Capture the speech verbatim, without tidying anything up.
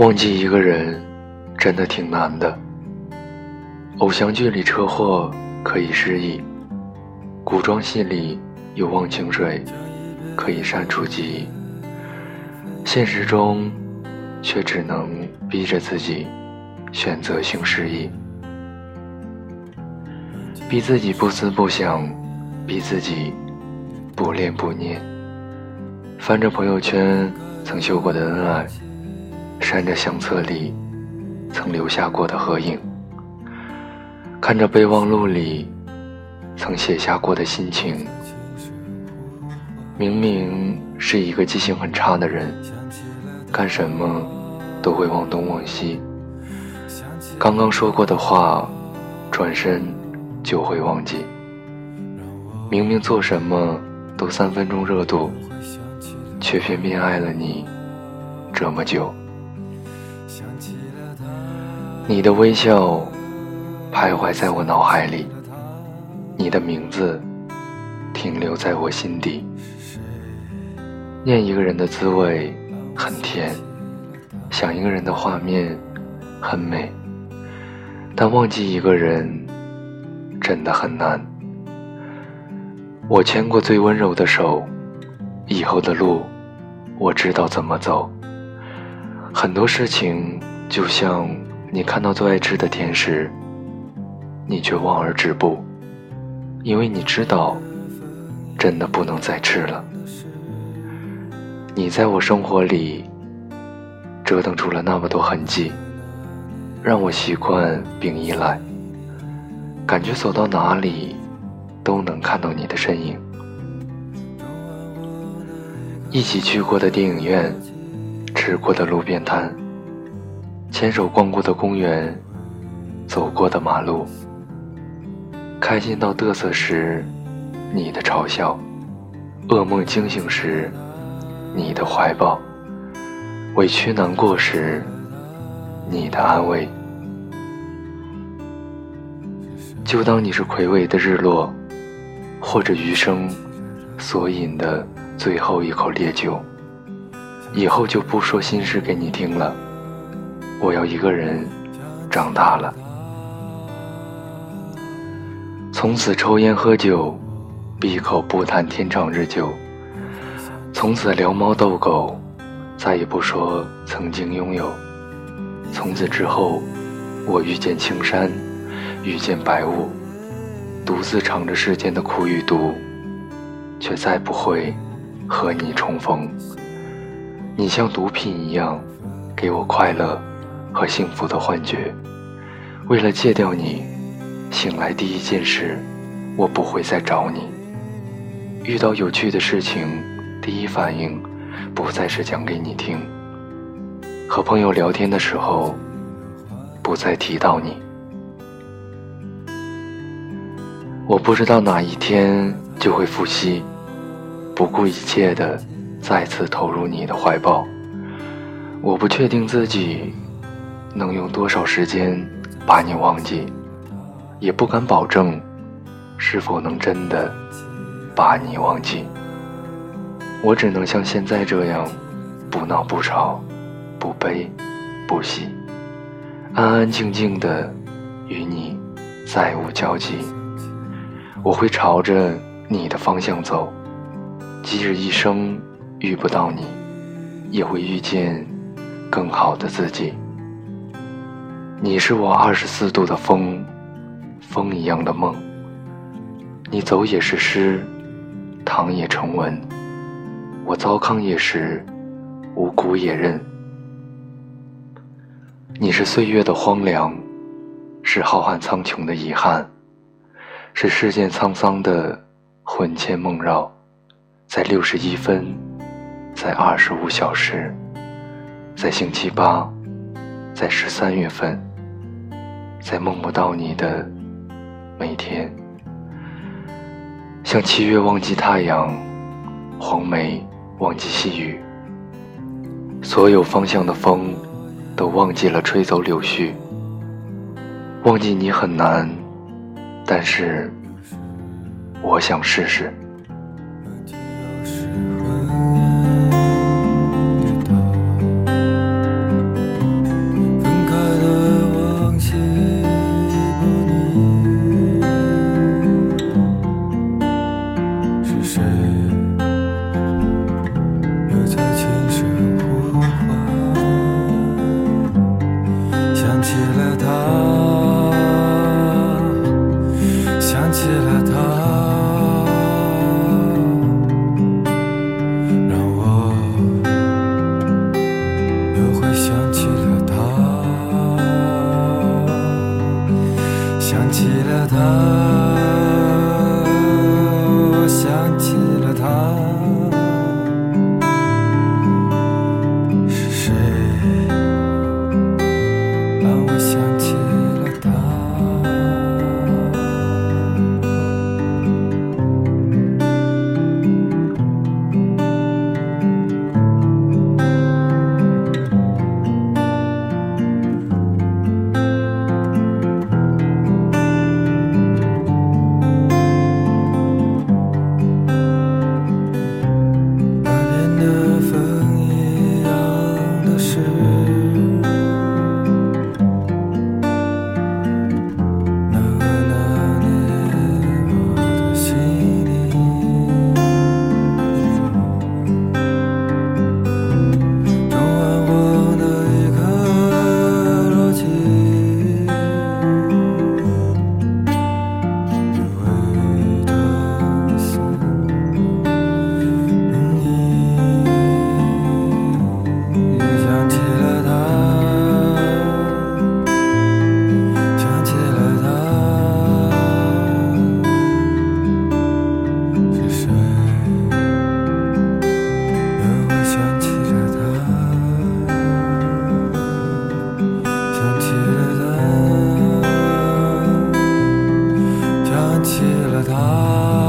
忘记一个人真的挺难的。偶像剧里车祸可以失忆，古装戏里有忘情水可以删除记忆，现实中却只能逼着自己选择性失忆，逼自己不思不想，逼自己不恋不念，翻着朋友圈曾秀过的恩爱，删着相册里曾留下过的合影，看着备忘录里曾写下过的心情。明明是一个记性很差的人，干什么都会忘东忘西，刚刚说过的话转身就会忘记，明明做什么都三分钟热度，却偏偏爱了你这么久。你的微笑徘徊在我脑海里，你的名字停留在我心底。念一个人的滋味很甜，想一个人的画面很美，但忘记一个人真的很难。我牵过最温柔的手，以后的路我知道怎么走。很多事情就像你看到最爱吃的甜食，你却望而止步，因为你知道真的不能再吃了。你在我生活里折腾出了那么多痕迹，让我习惯并依赖，感觉走到哪里都能看到你的身影。一起去过的电影院，吃过的路边摊，牵手逛过的公园，走过的马路，开心到嘚瑟时你的嘲笑，噩梦惊醒时你的怀抱，委屈难过时你的安慰。就当你是魁伟的日落，或者余生所饮的最后一口烈酒，以后就不说心事给你听了，我要一个人长大了。从此抽烟喝酒，闭口不谈天长日久，从此撩猫逗狗，再也不说曾经拥有。从此之后，我遇见青山，遇见白雾，独自尝着世间的苦与毒，却再不会和你重逢。你像毒品一样给我快乐和幸福的幻觉，为了戒掉你，醒来第一件事我不会再找你。遇到有趣的事情，第一反应不再是讲给你听，和朋友聊天的时候不再提到你。我不知道哪一天就会复习，不顾一切的再次投入你的怀抱。我不确定自己能用多少时间把你忘记，也不敢保证是否能真的把你忘记。我只能像现在这样，不闹不吵，不悲不喜，安安静静的与你再无交集。我会朝着你的方向走，即使一生遇不到你，也会遇见更好的自己。你是我二十四度的风，风一样的梦。你走也是诗，躺也成文。我糟糠也食，五谷也认。你是岁月的荒凉，是浩瀚苍穹的遗憾，是世间沧桑的魂牵梦绕。在六十一分，在二十五小时，在星期八，在十三月份，在梦不到你的每天。像七月忘记太阳，黄梅忘记细雨，所有方向的风都忘记了吹走柳絮。忘记你很难，但是我想试试。 想起了他，让我又会想起了他，想起了他，想起了他，是谁让我想起了他？想起了他。